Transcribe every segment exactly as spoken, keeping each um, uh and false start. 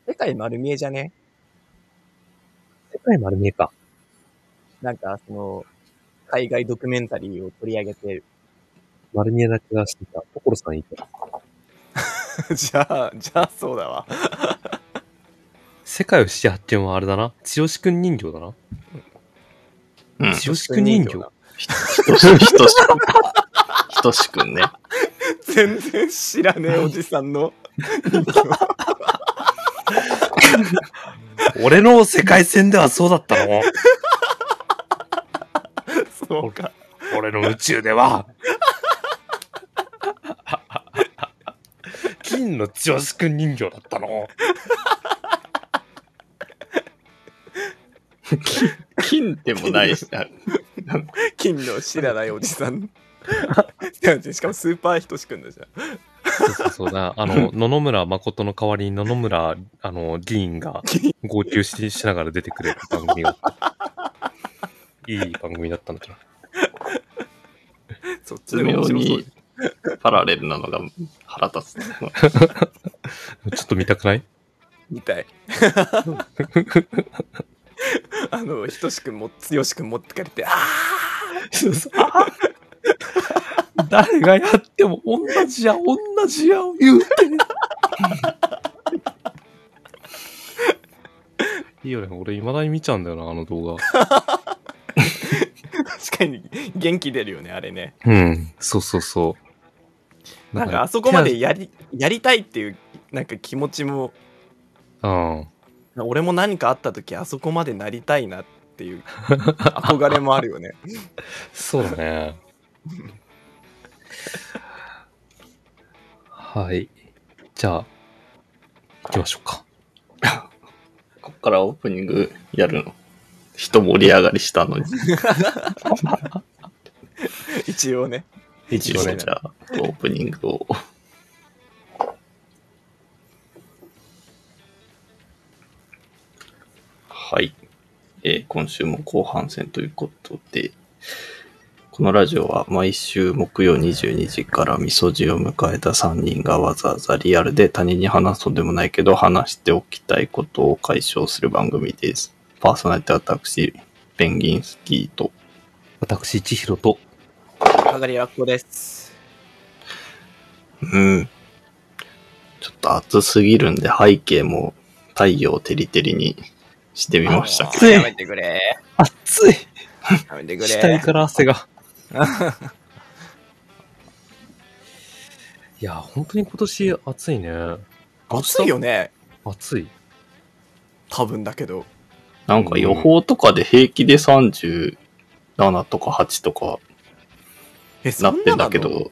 世界丸見えじゃね？ 世界丸見えか。 なんか、その、海外ドキュメンタリーを取り上げてる。 丸見えな気がしてた。所さんいいか。 じゃあ、じゃあそうだわ。 世界を七八点はあれだな。つよしくん人形だな。 うん。 つよしくん人形。 ひとし、ひとしくん。ひとしくんね。 全然知らねえおじさんの。 俺の世界線ではそうだったの。 そうか。 俺の宇宙では。金のつよしくん人形だったの。 金でもないしな。 金の知らないおじさん。しかもスーパーひとしくんだじゃん。 そうそうそうだ。あの、野々村誠の代わりに野々村、あの、議員が号泣ししながら出てくれる番組が。いい番組だったんだけど。 そっちでも面白そうにパラレルなのが腹立つ。 ちょっと見たくない？ みたい。あの、ひとしくんも、つよしくん持ってかれて、あそうそうあ誰がやっても同じや、同じや、言うて。いいよね、俺未だに見ちゃうんだよな、あの動画。 確かに元気出るよね、あれね。 うん、そうそうそう。 なんかあそこまでやり、やりたいっていう、なんか気持ちも、 うん。 俺も何かあった時あそこまでなりたいなっていう憧れもあるよね。 そうだね。はい。じゃあ、行きましょうか。 こっからオープニングやるの。人盛り上がりしたのに。 一応ね。 一応ね、じゃあ、オープニングを。はい、えー。今週も後半戦ということで、このラジオは毎週木曜にじゅうにじからみそじを迎えたさんにんがわざわざリアルで他人に話すとでもないけど話しておきたいことを解消する番組です。パーソナリティは私、ペンギンスキーと、 私、千尋と、 かがりらっこです。 うん。ちょっと暑すぎるんで背景も太陽照り照りにしてみましたけど。 やめてくれ。 暑い。 やめてくれ。 額から汗が。いや、本当に今年暑いね。 暑いよね。 暑い。 多分だけど。 なんか予報とかで平気でさんじゅうななとかはちとかなってんだけど。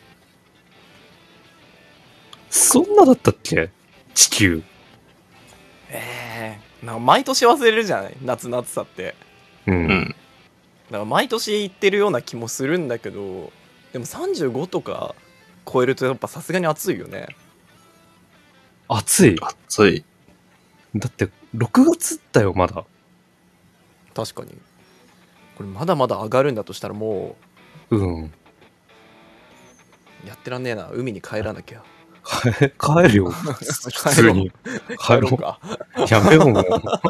そんなだったっけ？地球。 ええー、なんか毎年忘れるじゃない？夏の暑さって。 うん。うん、 だから毎年言ってるような気もするんだけど、でもさんじゅうごとか超えるとやっぱさすがに暑いよね。 暑い。 暑い。 だってろくがつだよ、まだ。 確かに。これまだまだ上がるんだとしたらもう。うん。 やってらんねえな。海に帰らなきゃ。 帰るよ。普通に。 帰ろうか。 やめようもう。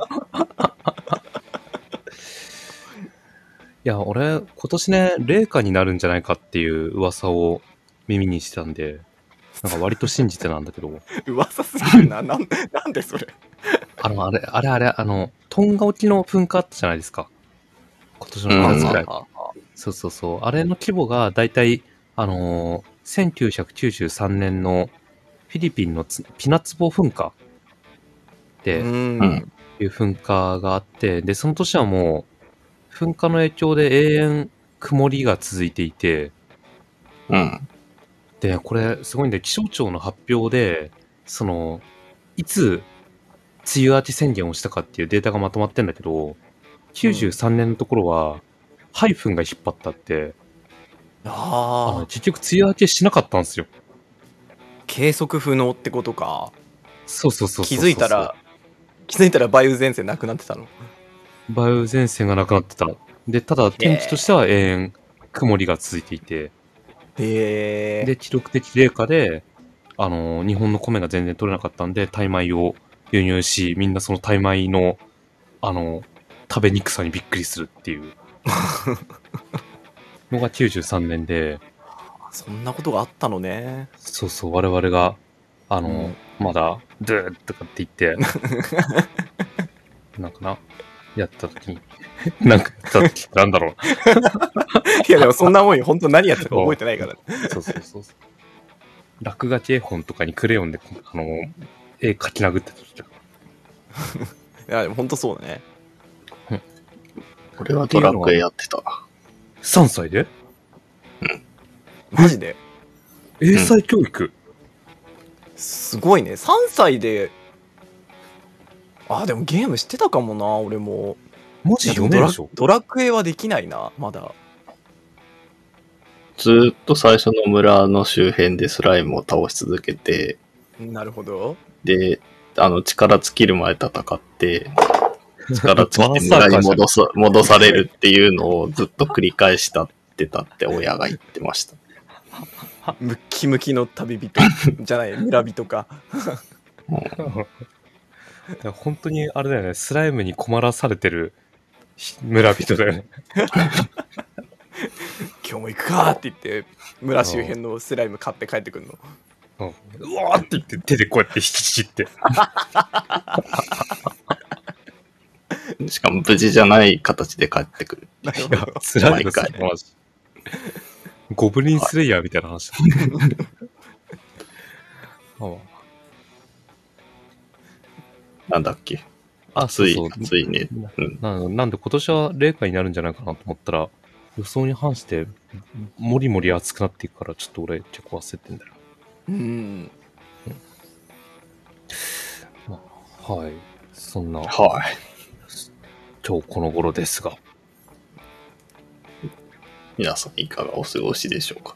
いや、俺、今年ね、冷夏になるんじゃないかっていう噂を耳にしてたんで、なんか割と信じてなんだけど。 噂すぎるな。なん、なんでそれ。 あの、あれ、あれ、あれ、あの、トンガ沖の噴火あったじゃないですか。今年の夏ぐらい。そうそうそう。あれの規模がだいたい、あのー、せんきゅうひゃくきゅうじゅうさんねんのフィリピンのピナツボ噴火っていう噴火があって、で、その年はもう、噴火の影響で永遠曇りが続いていて、 うん。 で、これすごいんだよ。気象庁の発表で、その、いつ梅雨明け宣言をしたかっていうデータがまとまってんだけど、きゅうじゅうさんねんのところは、ハイフンが引っ張ったって、 ああ。 結局梅雨明けしなかったんですよ。 計測不能ってことか。 そうそうそうそうそう。 気づいたら、気づいたら梅雨前線なくなってたの。 梅雨前線がなくなってた。で、ただ天気としては永遠曇りが続いていて。 へー。 で、記録的冷夏で、あのー、日本の米が全然取れなかったんで、タイ米を輸入し、みんなそのタイ米の、あの、食べにくさにびっくりするっていうのがきゅうじゅうさんねんで、 そんなことがあったのね。 そうそう、我々が、あの、 うん、 まだ、ドゥーとかって言って、なんかな、やった時に、なんかやった時なんだろう。 いやでもそんなもんよ。本当何やったか覚えてないから。 そうそうそうそう。落書き絵本とかにクレヨンで、あの、絵描き殴ってた時。 いやでも本当そうだね。 俺はドラクエやってた。 さんさいでマジで英才教育、 すごいね。さんさいで、あ、でもゲームしてたかもな、俺も。 文字読めるでしょ。 ドラドラクエはできないな、まだ。 ずーっと最初の村の周辺でスライムを倒し続けて、 なるほど。 で、あの、力尽きるまで戦って、力尽きて村に戻さ、戻されるっていうのをずっと繰り返したってたって親が言ってました。 ムッキムキの旅人じゃない、村人か。 本当にあれだよね、スライムに困らされてる村人だよね。 今日も行くかって言って村周辺のスライム買って帰ってくるの。 うん、うわーって言って手でこうやって引きちってしかも無事じゃない形で帰ってくる。 いやスライムさマジゴブリンスレイヤーみたいな話だなんだっけ、 あ、 暑い、 そうそう暑いね、うん、 な。なんで今年は冷夏になるんじゃないかなと思ったら、予想に反してもりもり暑くなっていくから、ちょっと俺結構焦ってんだよ。 うん、 まあ、はい。そんな、 はい。 今日この頃ですが。 皆さんいかがお過ごしでしょうか。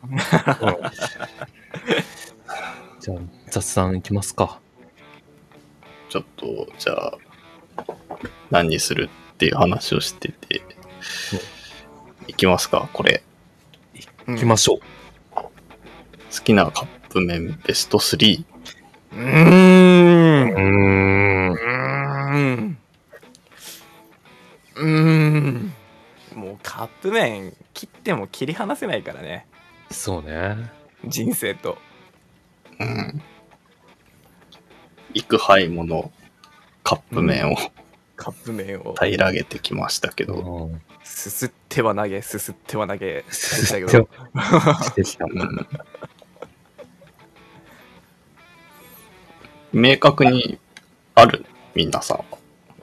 じゃあ、雑談いきますか。 ちょっと、じゃあ、何にするっていう話をしてて、いきますか、これ。 いきましょう。 好きなカップ麺ベストスリー。 うーん。うーん。 ーん。うーん。もうカップ麺切っても切り離せないからね。 そうね。 人生と。 うん。幾杯ものカップ麺を、うん、 カップ麺を平らげてきましたけど、 すすっては投げすすっては投げでしたけどしてきた、うん、 明確にある皆さんは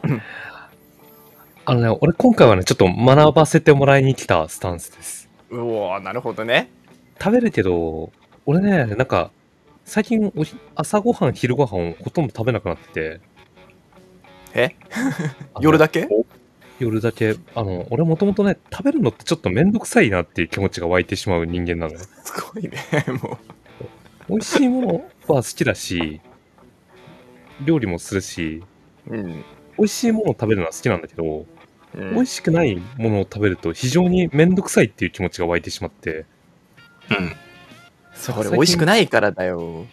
あのね、俺今回はねちょっと学ばせてもらいに来たスタンスです。 うおー、なるほどね。 食べるけど俺ね、なんか最近お朝ごはん昼ごはんをほとんど食べなくなってて。 え夜だけ夜だけ。あの俺もともとね食べるのってちょっとめんどくさいなっていう気持ちが湧いてしまう人間なのね。 すごいね。もう美味しいものは好きだし料理もするし、 うん、 美味しいものを食べるのは好きなんだけど、うん、美味しくないものを食べると非常にめんどくさいっていう気持ちが湧いてしまって。 うん。 それ美味しくないからだよ。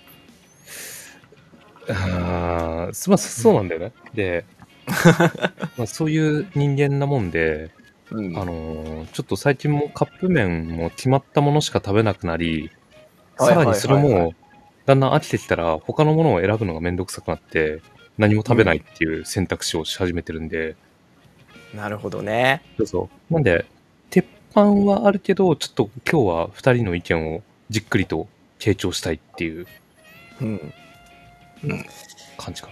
ああ、まあそうなんだよね。で、まあ、そういう人間なもんで、うん、あのー、ちょっと最近もカップ麺も決まったものしか食べなくなり、さらにそれもだんだん飽きてきたら他のものを選ぶのがめんどくさくなって何も食べないっていう選択肢をし始めてるんで、 うん、なるほどね。 そうそう。なんで鉄板はあるけど、ちょっと今日はふたりの意見をじっくりと傾聴したいっていう、 うんうん、感じかな。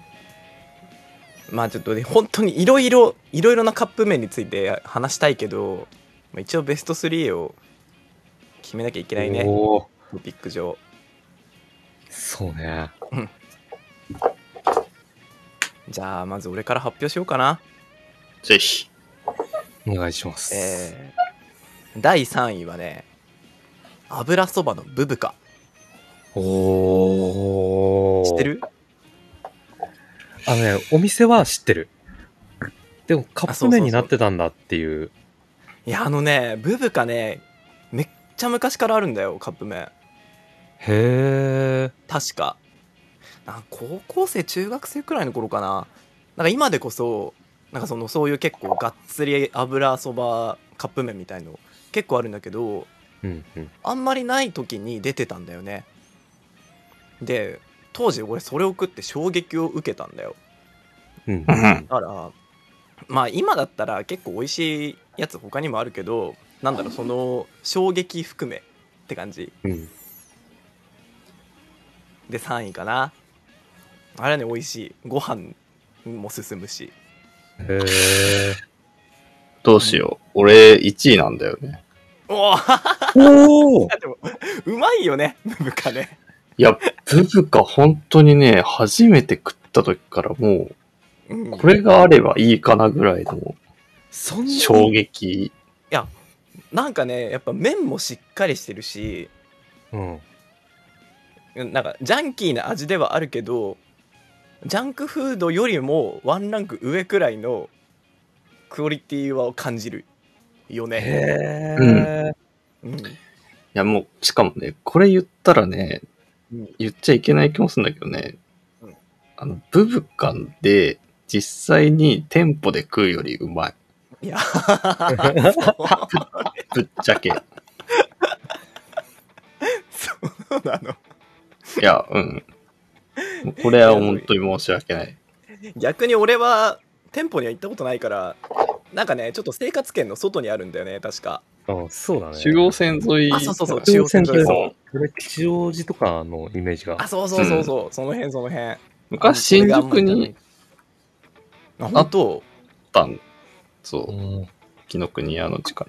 まあちょっとね、本当にいろいろいろいろなカップ麺について話したいけど、まあ、一応ベストスリーを決めなきゃいけないね、トピック上。 そうね、 うん、じゃあまず俺から発表しようかな。 ぜひお願いします。 えー、だいさんいはね、油そばのブブカ。 おー、 知ってる？ あのね、お店は知ってる。でもカップ麺になってたんだっていう。 そうそうそう。いや、あのね、ブブカね、めっちゃ昔からあるんだよ、カップ麺。 へー。 確かあ高校生中学生くらいの頃かな。なんか今でこそなんかそのそういう結構がっつり油そばカップ麺みたいの結構あるんだけど、 うんうん。 あんまりない時に出てたんだよね。で当時俺それを食って衝撃を受けたんだよ。 うん。 だからまあ今だったら結構美味しいやつ他にもあるけど、なんだろう、その衝撃含めって感じうん。 でさんいかな。あれはね美味しい、ご飯も進むし。 へえ。 どうしよう。俺いちいなんだよね。 おおおおでもうまいよねブブカね。 いや、ブブカ本当にね、初めて食った時からもうん、 う、これがあればいいかなぐらいのそんなに衝撃。 いやなんかねやっぱ麺もしっかりしてるし、 うん。 なんかジャンキーな味ではあるけど、ジャンクフードよりもワンランク上くらいのクオリティは感じるよね。 へえ。 うん、 いやもう、しかもね、これ言ったらね、 うん言っちゃいけない気もするんだけどね、 うんあの、ブブカで実際に店舗で食うよりうまい。 いやぶっちゃけ。 そうなの。 いや、うん。もうこれは本当に申し訳ない。 逆に俺は店舗には行ったことないから、なんかねちょっと生活圏の外にあるんだよね確か。 あ、そうだね。 中央線沿い。 あそうそうそう、 中央線沿い中央線沿いそうの、これ吉祥寺とかのイメージが。 あそうそうそうそう、うん、その辺その辺。 昔新宿にあ本当あったん。そう。 うん、 紀ノ国屋の近く。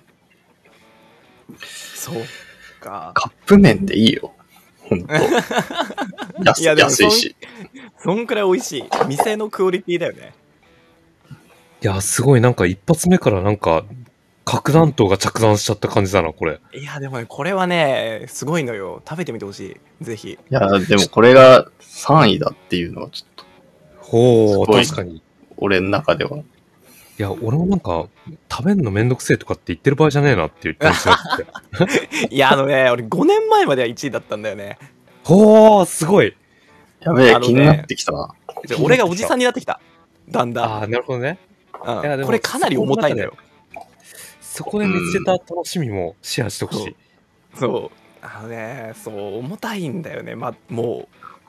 そうか。 カップ麺でいいよ。ほんと。安, い安いし。 そんくらい美味しい。店のクオリティだよね。 いや、すごい、なんか一発目からなんか、核弾頭が着弾しちゃった感じだな、これ。 いや、でもね、これはね、すごいのよ。食べてみてほしい。ぜひ。いや、でもこれがさんいだっていうのはちょっと。 ほう、確かに。 俺の中では。 いや、俺もなんか、食べんのめんどくせえとかって言ってる場合じゃねえなって言ってましたって。 いや、あのね、俺ごねんまえまではいちいだったんだよね。 ほー、すごい。 やべえ、ね、気になってきたな。 俺がおじさんになってきた。だんだん。 ああ、なるほどね。 うん、いやでもこれかなり重たいんだよ。 そこで見つけた楽しみもシェアしてほしい。 そう。そうあのね、そう、重たいんだよね。ま、も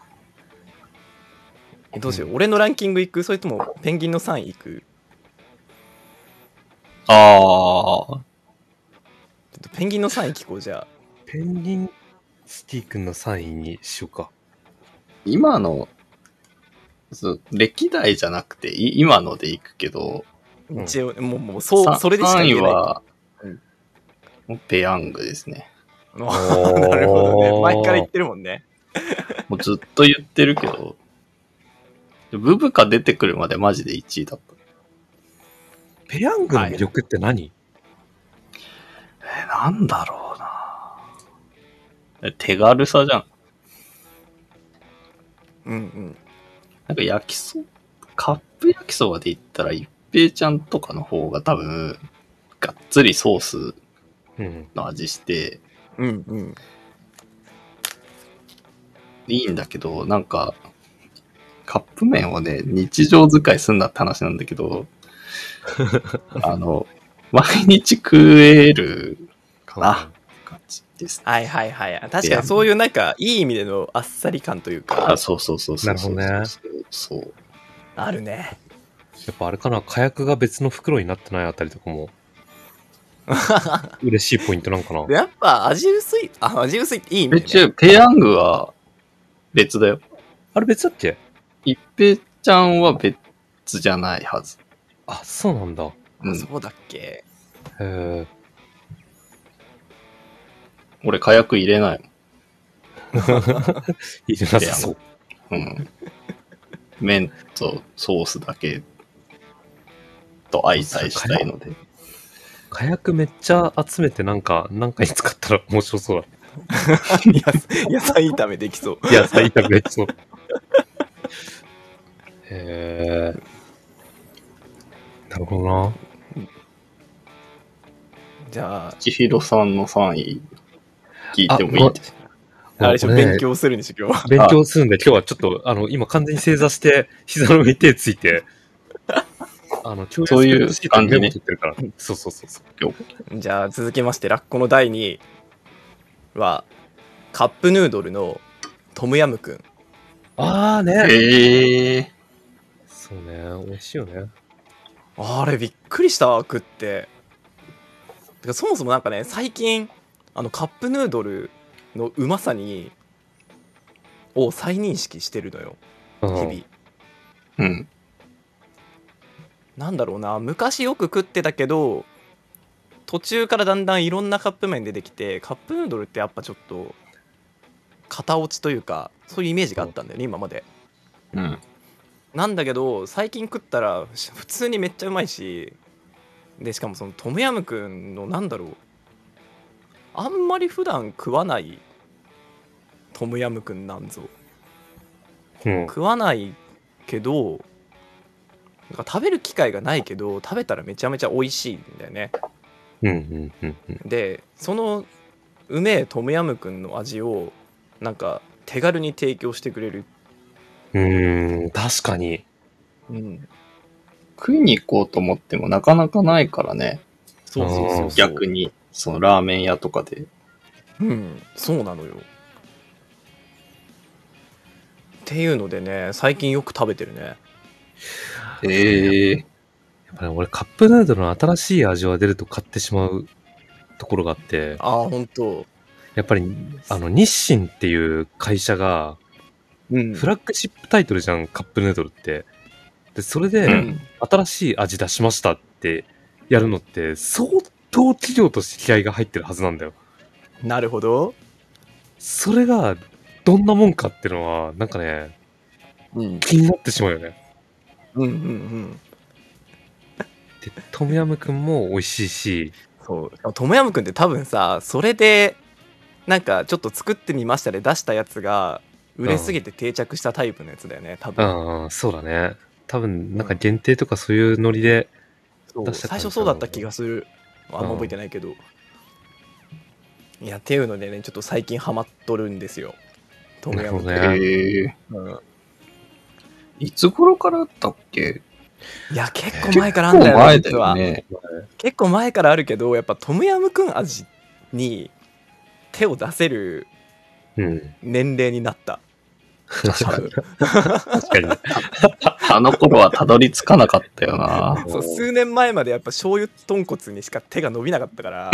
う。どうしよう、うん、俺のランキングいく？それともペンギンのさんいいく？ ああ。ちょっとペンギンのさんい聞こう、じゃあ。 ペンギンスティー君のさんいにしようか。 今の、歴代じゃなくて、今のでいくけど、 一応、うん、もう、もう、そう、それでしか言えない。さんいは、 うん、ペヤングですね。 なるほどね。前から言ってるもんね。 もうずっと言ってるけど、ブブカ出てくるまでマジでいちいだった。 ペヤングの魅力って何？はい、 え、なんだろうな。手軽さじゃん。 うんうん。 なんか焼きそば、カップ焼きそばで言ったら一平ちゃんとかの方が多分、がっつりソースの味して、 うんうん。 いいんだけど、なんか、カップ麺をね、日常使いすんなって話なんだけど、あの、毎日食えるかな。感じです、ね。 はいはいはい。確かにそういうなんか、いい意味でのあっさり感というか。 あ、そうそうそうそう。 なるほどね。 そう。 あるね。 やっぱあれかな、火薬が別の袋になってないあたりとかも、嬉しいポイントなんかな。 やっぱ味薄い、あ、味薄いっていい意味で、ね。ペヤングは別だよ。 あれ別だっけ？ 一平ちゃんは別じゃないはず。 あ、そうなんだ。 うん、そうだっけ。 へー。 俺火薬入れないもん。入れなさそう。 うん。麺とソースだけと相対したいので。 火薬めっちゃ集めてなんか、何回使ったら面白そうだ。 野菜炒めできそう。 野菜炒めできそう。へー。なるほどな。 じゃあ、 千尋さんのさんい聞いてもいいですか？ あれでしょ、 ね勉強するんでしょ、今日は。 勉強するんで、今日はちょっと、あの、今完全に正座して、膝の上に手ついて、あの、 そういう感じねメモ取ってるから。そうそうそうそう。 じゃあ続きましてラッコのだいにいはカップヌードルのトムヤムくん。 あーね。 へえ。 そうね、美味しいよね。 あれびっくりした食って。てかそもそもなんかね、最近あのカップヌードルのうまさにを再認識してるのよ、 うん日々。 うん。 なんだろうな、昔よく食ってたけど途中からだんだんいろんなカップ麺出てきて、カップヌードルってやっぱちょっと型落ちというかそういうイメージがあったんだよね、今まで。 うん。 なんだけど最近食ったら普通にめっちゃうまいし、でしかもそのトムヤムくんのなんだろう、あんまり普段食わないトムヤムくんなんぞ、 うん。 食わないけどなんか食べる機会がないけど食べたらめちゃめちゃ美味しいんだよね。 うんうんうんうん。 でそのうめえトムヤムくんの味をなんか手軽に提供してくれる。 うーん、確かに。 うん、 食いに行こうと思ってもなかなかないからね。 そうそうそうそう、 逆に、そのラーメン屋とかで。 うんそうなのよ。っていうのでね、最近よく食べてるね。 へえ。 やっぱり俺カップヌードルの新しい味が出ると買ってしまうところがあって、 ああ本当。 やっぱり、あの、日清っていう会社が、 うんフラッグシップタイトルじゃん、カップヌードルって。で、それうで、 ん新しい味出しましたってやるのって、相当企業として気合が入ってるはずなんだよ。 なるほど。 それが、どんなもんかっていうのは、なんかね、 うん気になってしまうよね。 うんうんうんで、トムヤムくんも美味しいし、 そうトムヤムくんって多分さ、それでなんかちょっと作ってみましたで出したやつが売れすぎて定着したタイプのやつだよね多分。 うん、そうだね。多分、なんか限定とかそういうノリでそう出した最初そうだった気がする。あんま覚えてないけど、いやっていうのでね、ちょっと最近ハマっとるんですよ、トムヤムくん。 なるほどねへえ。 うんいつ頃からだったっけ？ いや結構前からあんだよね、 前だ実はよね。 結構前からあるけど、やっぱトムヤムくん味に手を出せるうん。 年齢になった多分確かにね。 あの頃はたどり着かなかったよな。 そう数年前までやっぱ醤油豚骨にしか手が伸びなかったから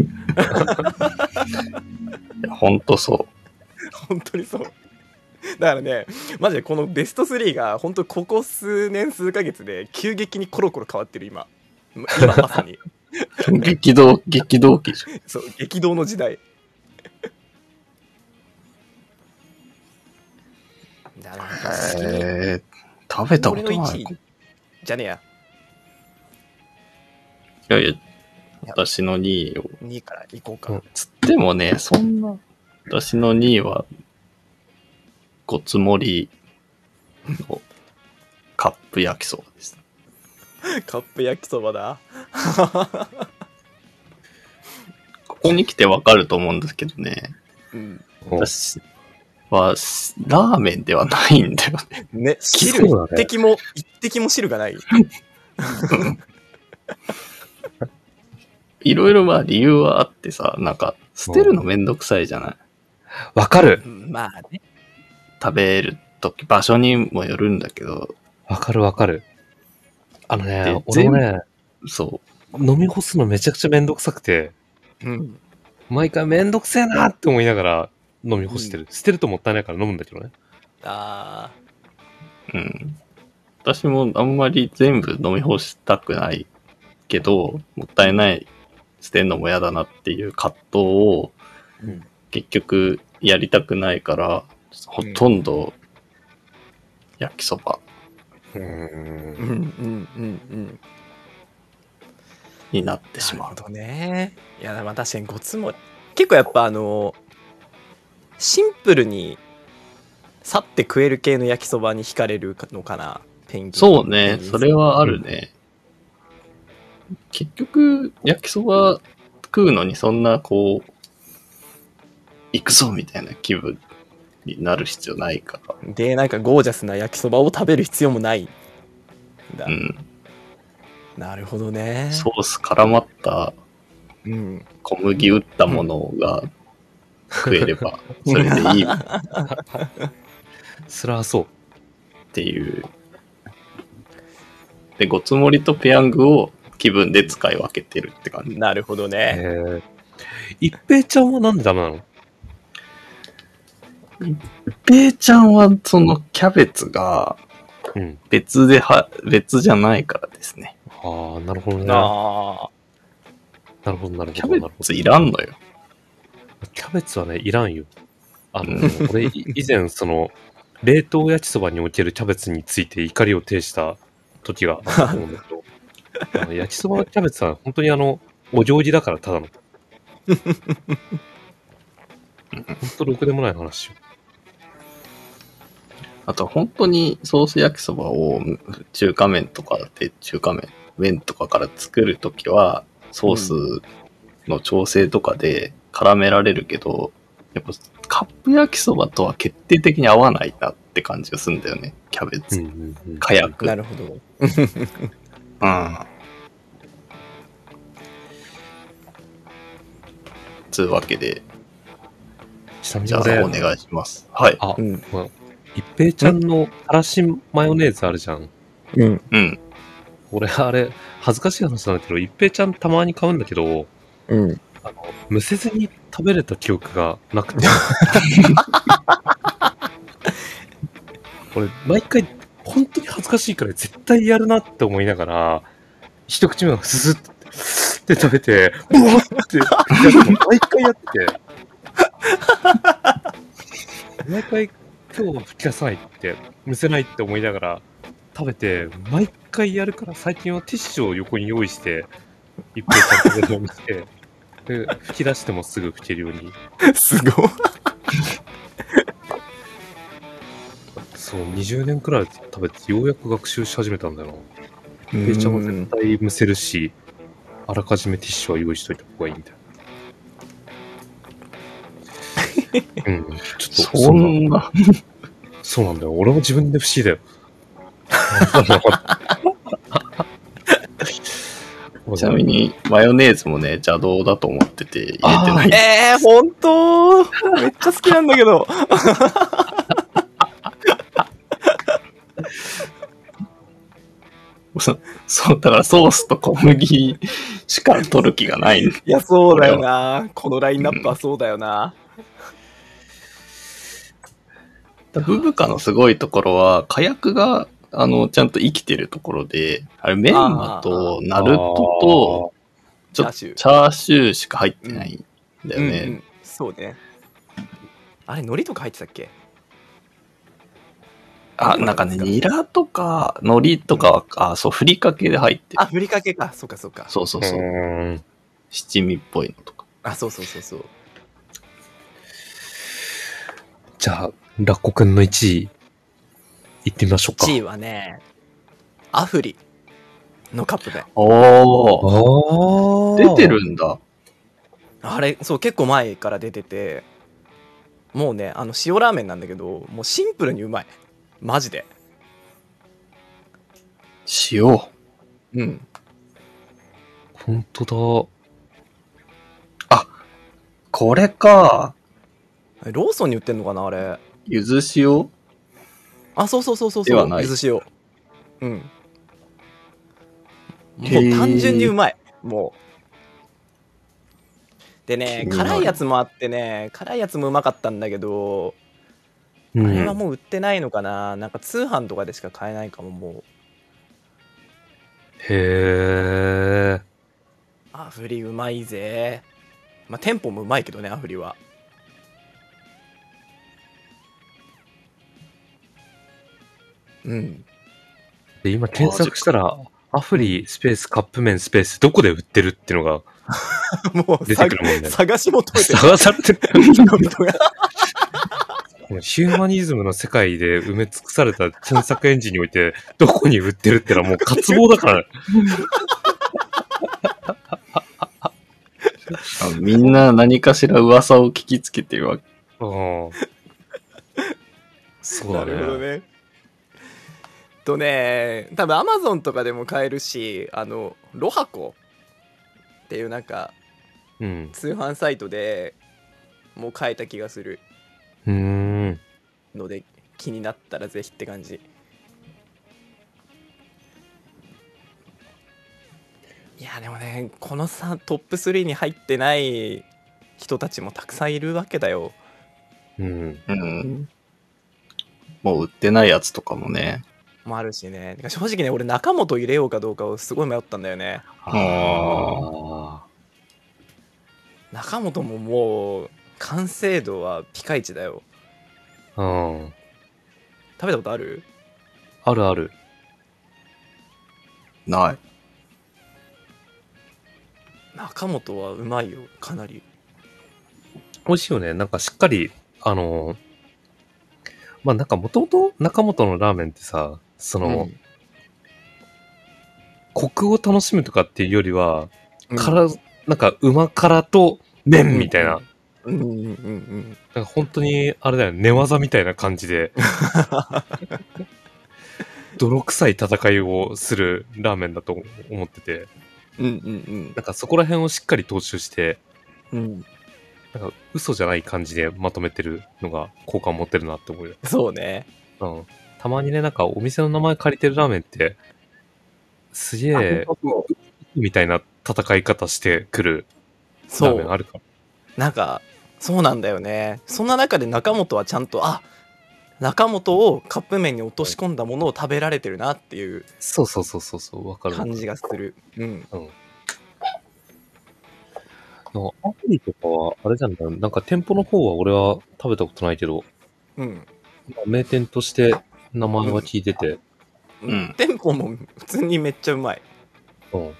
いやほんとそ本当にそう。だからね、マジでこのベストスリーが本当ここ数年数ヶ月で急激にコロコロ変わってる今今まさにう。激動、激動期じゃん。 そう激動の時代だからなんか好きにへえ。食べたこ俺のとない。 いちいじゃねえやいやいや、私のにいを。 にいから行こうか、 うんつってもね、そんな、私のにいは、ごつ盛りのカップ焼きそばです。 カップ焼きそばだここに来てわかると思うんですけどね。 うん私は、ラーメンではないんだよね。 ね、汁そうだね一滴も一滴も汁がないいろいろまあ理由はあってさ、なんか、捨てるのめんどくさいじゃない？ わかる。 まあね。 食べるとき、場所にもよるんだけど、 わかるわかる。あのでね、俺もね、 そ飲み干すのめちゃくちゃめんどくさくて、 うん毎回めんどくせえなって思いながら飲み干してる。捨てるともったいないから飲むんだけどね。 あう。うん。私もあんまり全部飲み干したくないけど、もったいない、捨てんのも嫌だなっていう葛藤を、 うん結局やりたくないから、ほとんど焼きそばうーーうんん。 うんうんうんになってしまう。 なるほどね。いやまあ確かにごつも結構やっぱあのシンプルにさって食える系の焼きそばに惹かれるのかな、ペンギン。 そうね、それははあるね。結局、焼きそば食うのにそんなこう、 行くぞみたいな気分になる必要ないから。 でなんかゴージャスな焼きそばを食べる必要もないんだ、 うん。 なるほどね。 ソース絡まったうん小麦打ったものが食えればそれでいいっそらそうていう。で、ごつ盛りとペヤングを気分で使い分けてるって感じ。 なるほどへね。 え。一平ちゃんはなんでダメなの？ 一平ちゃんはそのキャベツがうん。 別では、別じゃないからですね。 ああ、なるほどね。なあるほど、なるキほど。 ャベツいらんのよ。 キャベツはね、いらんよ。あの、 うん俺、以前、その、冷凍焼きそばにおけるキャベツについて怒りを呈した時があったと思うんだけど、あの焼きそばのキャベツは本当にあの、お行儀だからただの。本当ろくでもない話よ。 あと本当にソース焼きそばを中華麺とかで中華麺、麺とかから作るときはソースの調整とかで絡められるけど、やっぱカップ焼きそばとは決定的に合わないなって感じがするんだよね。キャベツ、 うんうんうん、 火薬。 なるほど。 うん。つうわけで、 ちなみにじゃあお俺、 願いします。はい。 あ、 うんまあ、一平ちゃんのからしマヨネーズあるじゃん。 うんうん。 俺、あれ、恥ずかしい話なんだけど、一平ちゃんたまに買うんだけど、 うんあの、むせずに食べれた記憶がなくて。俺、毎回、本当に恥ずかしいから絶対やるなって思いながら、一口目をススッって食べて、ブワーってやつの毎回やってて、毎回今日は吹き出さないって、むせないって思いながら食べて、毎回やるから最近はティッシュを横に用意して、一平ちゃん食べるようにして、で、吹き出してもすぐ吹けるように。 すごい。 そう、にじゅうねんくらい食べてようやく学習し始めたんだよな。一平ちゃんは絶対むせるし、あらかじめティッシュは用意しといた方がいいみたいな。うん、ちょっと、 そんな。 そうなんだよ。俺も自分で不思議だよ。 ちなみに、マヨネーズもね、邪道だと思ってて入れてない。 えー、ほんとめっちゃ好きなんだけど。 そそう、だからソースと小麦しか取る気がない。 いや、そうだよな。このラインナップはそうだよな。 ブブカのすごいところは、火薬が、あの、ちゃんと生きてるところで、あれ、メンマとナルトと、ちょっとチャーシューしか入ってないんだよね。 うんうん、そうね。あれ、海苔とか入ってたっけ？ あ、なんかね、ニラとか、海苔とかは、あ、そう、ふりかけで入ってる。 あ、ふりかけか。そうか、そうか。 そうそうそう。七味っぽいのとか。 あ、そうそうそうそう。 じゃあ、ラッコくんのいちい、いってみましょうか。 いちいはね、アフリのカップ麺。 おー。出てるんだ。 あれ、そう、結構前から出てて、もうね、あの、塩ラーメンなんだけど、もうシンプルにうまい。マジで。 塩。 うん。 ほんとだ。あ、これか。 ローソンに売ってんのかな、あれ。 ゆず塩？ あ、そうそうそうそうそう。 ではない。 ゆず塩。うん。もう単純にうまい。もう。でね、辛いやつもあってね、辛いやつもうまかったんだけど、うん、あれはもう売ってないのかな、なんか通販とかでしか買えないかも、もう。 へー。 アフリうまいぜ。まあ、店舗もうまいけどね、アフリは。うん。 で、今検索したら、アフリスペースカップ麺スペースどこで売ってるってのがもう出てくるもんね。 探し求めてる。 探されてる。 人々がヒューマニズムの世界で埋め尽くされた検索エンジンにおいてどこに売ってるってのはもう渇望だから。 みんな何かしら噂を聞きつけてるわけ。 うん。そうだなるほどね。 ね。とね、多分アマゾンとかでも買えるし、あのロハコっていうなんかうん。 通販サイトでもう買えた気がするうーん。 ので、気になったらぜひって感じ。いやでもね、このさトップスリーに入ってない人たちもたくさんいるわけだよ。 うん。 うん。もう売ってないやつとかもね。 もあるしね。てか正直ね、俺中本入れようかどうかをすごい迷ったんだよね。 あ中本ももう完成度はピカイチだよ。 あ。うん。 食べたことある？ あるある。 ない。 中本はうまいよ、かなり。 美味しいよね。なんかしっかり、あのーまあ、なんかもともと中本のラーメンってさ、その、 うんコクを楽しむとかっていうよりは、 うんから、なんか旨辛と麺みたいな、 うんうんうんうんなんか本当に、あれだよね、寝技みたいな感じで、泥臭い戦いをするラーメンだと思ってて、 うんうんなんかそこら辺をしっかり踏襲して、 うんうんなんか嘘じゃない感じでまとめてるのが好感持ってるなって思うよ。 そうね。 うん。たまにね、なんかお店の名前借りてるラーメンって、すげえ、みたいな戦い方してくるラそうーメンあるから。 なんかそうなんだよね。そんな中で中本はちゃんと、あ、中本をカップ麺に落とし込んだものを食べられてるなっていうそうそうそうそうそう、わかるわかる。 感じがする。うんうん。のアプリとかは、あれじゃんだ、なんか店舗の方は俺は食べたことないけど、 うんまあ名店として名前は聞いてて、 うん店舗も普通にめっちゃうまい。 うん。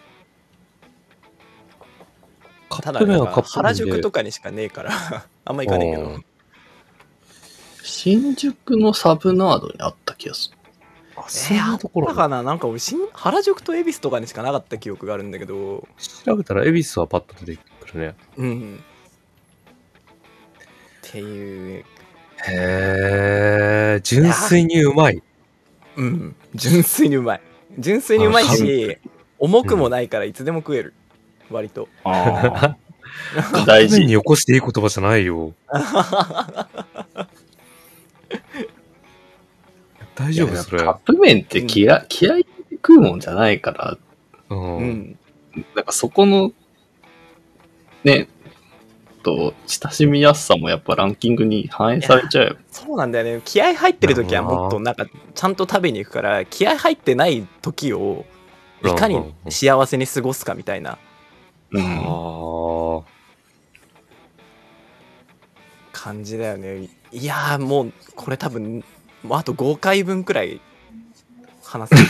カただね、 ップ麺はなんかカップ麺で。 原宿とかにしかねえからあんま行かねえけど。 うん新宿のサブナードにあった気がする。 あ、 えそんー、あっなところたかな。なんか俺新原宿と恵比寿とかにしかなかった記憶があるんだけど。 調べたら恵比寿はパッと出てくるね。 うんっていうへー、純粋にうまい。 うん純粋にうまい純粋にうまいし、重くもないからいつでも食える、割と。 ああ。 大事大事に。起こしていい言葉じゃないよ。大丈夫それ。 カップ麺って気合、気合いで食うもんじゃないから、 う。 うんんなんかそこの、ね、と、親しみやすさもやっぱランキングに反映されちゃうよ。 そうなんだよね。気合入ってる時はもっとなんかちゃんと食べに行くから、気合入ってない時をいかに幸せに過ごすかみたいなうん。 ああ。 感じだよね。いやーもうこれ多分もうあとごかいぶんくらい話せる。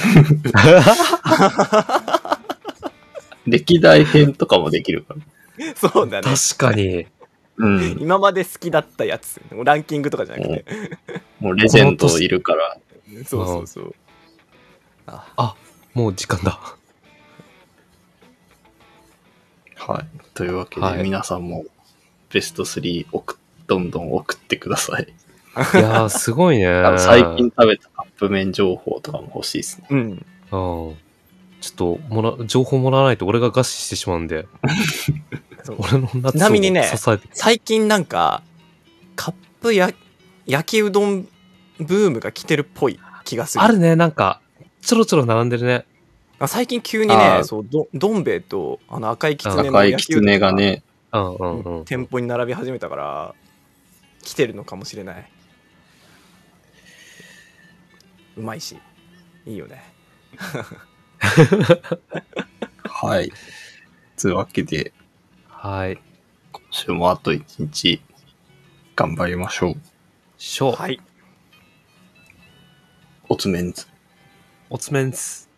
歴代編とかもできるから。 そうだね。 確かに。 うん。 今まで好きだったやつ、ランキングとかじゃなくて、 もうレジェンドいるから。 そうそうそう。あ、 あ、もう時間だ。 はい。というわけで、 はい皆さんもベストスリー送っどんどん送ってください。 いやー、すごいね。 あの最近食べたカップ麺情報とかも欲しいですね。 うん。 うん。ちょっと、もら、情報もらわないと俺が餓死してしまうんで、 そう俺の夏をちなみにね支えて。 最近なんかカップや焼きうどんブームが来てるっぽい気がする。 あるね、なんか、ちょろちょろ並んでるね。 あ最近急にあね、 ーそうどどん兵衛とあの赤いきつねの赤いきつ焼きうどんねがね、 うんうんうん。 店舗に並び始めたから来てるのかもしれない。うまいしいいよね。 はい。というわけで、 はい。 今週もあと一日頑張りましょう。 しょう。 はい。 おつめんず。 おつめんす。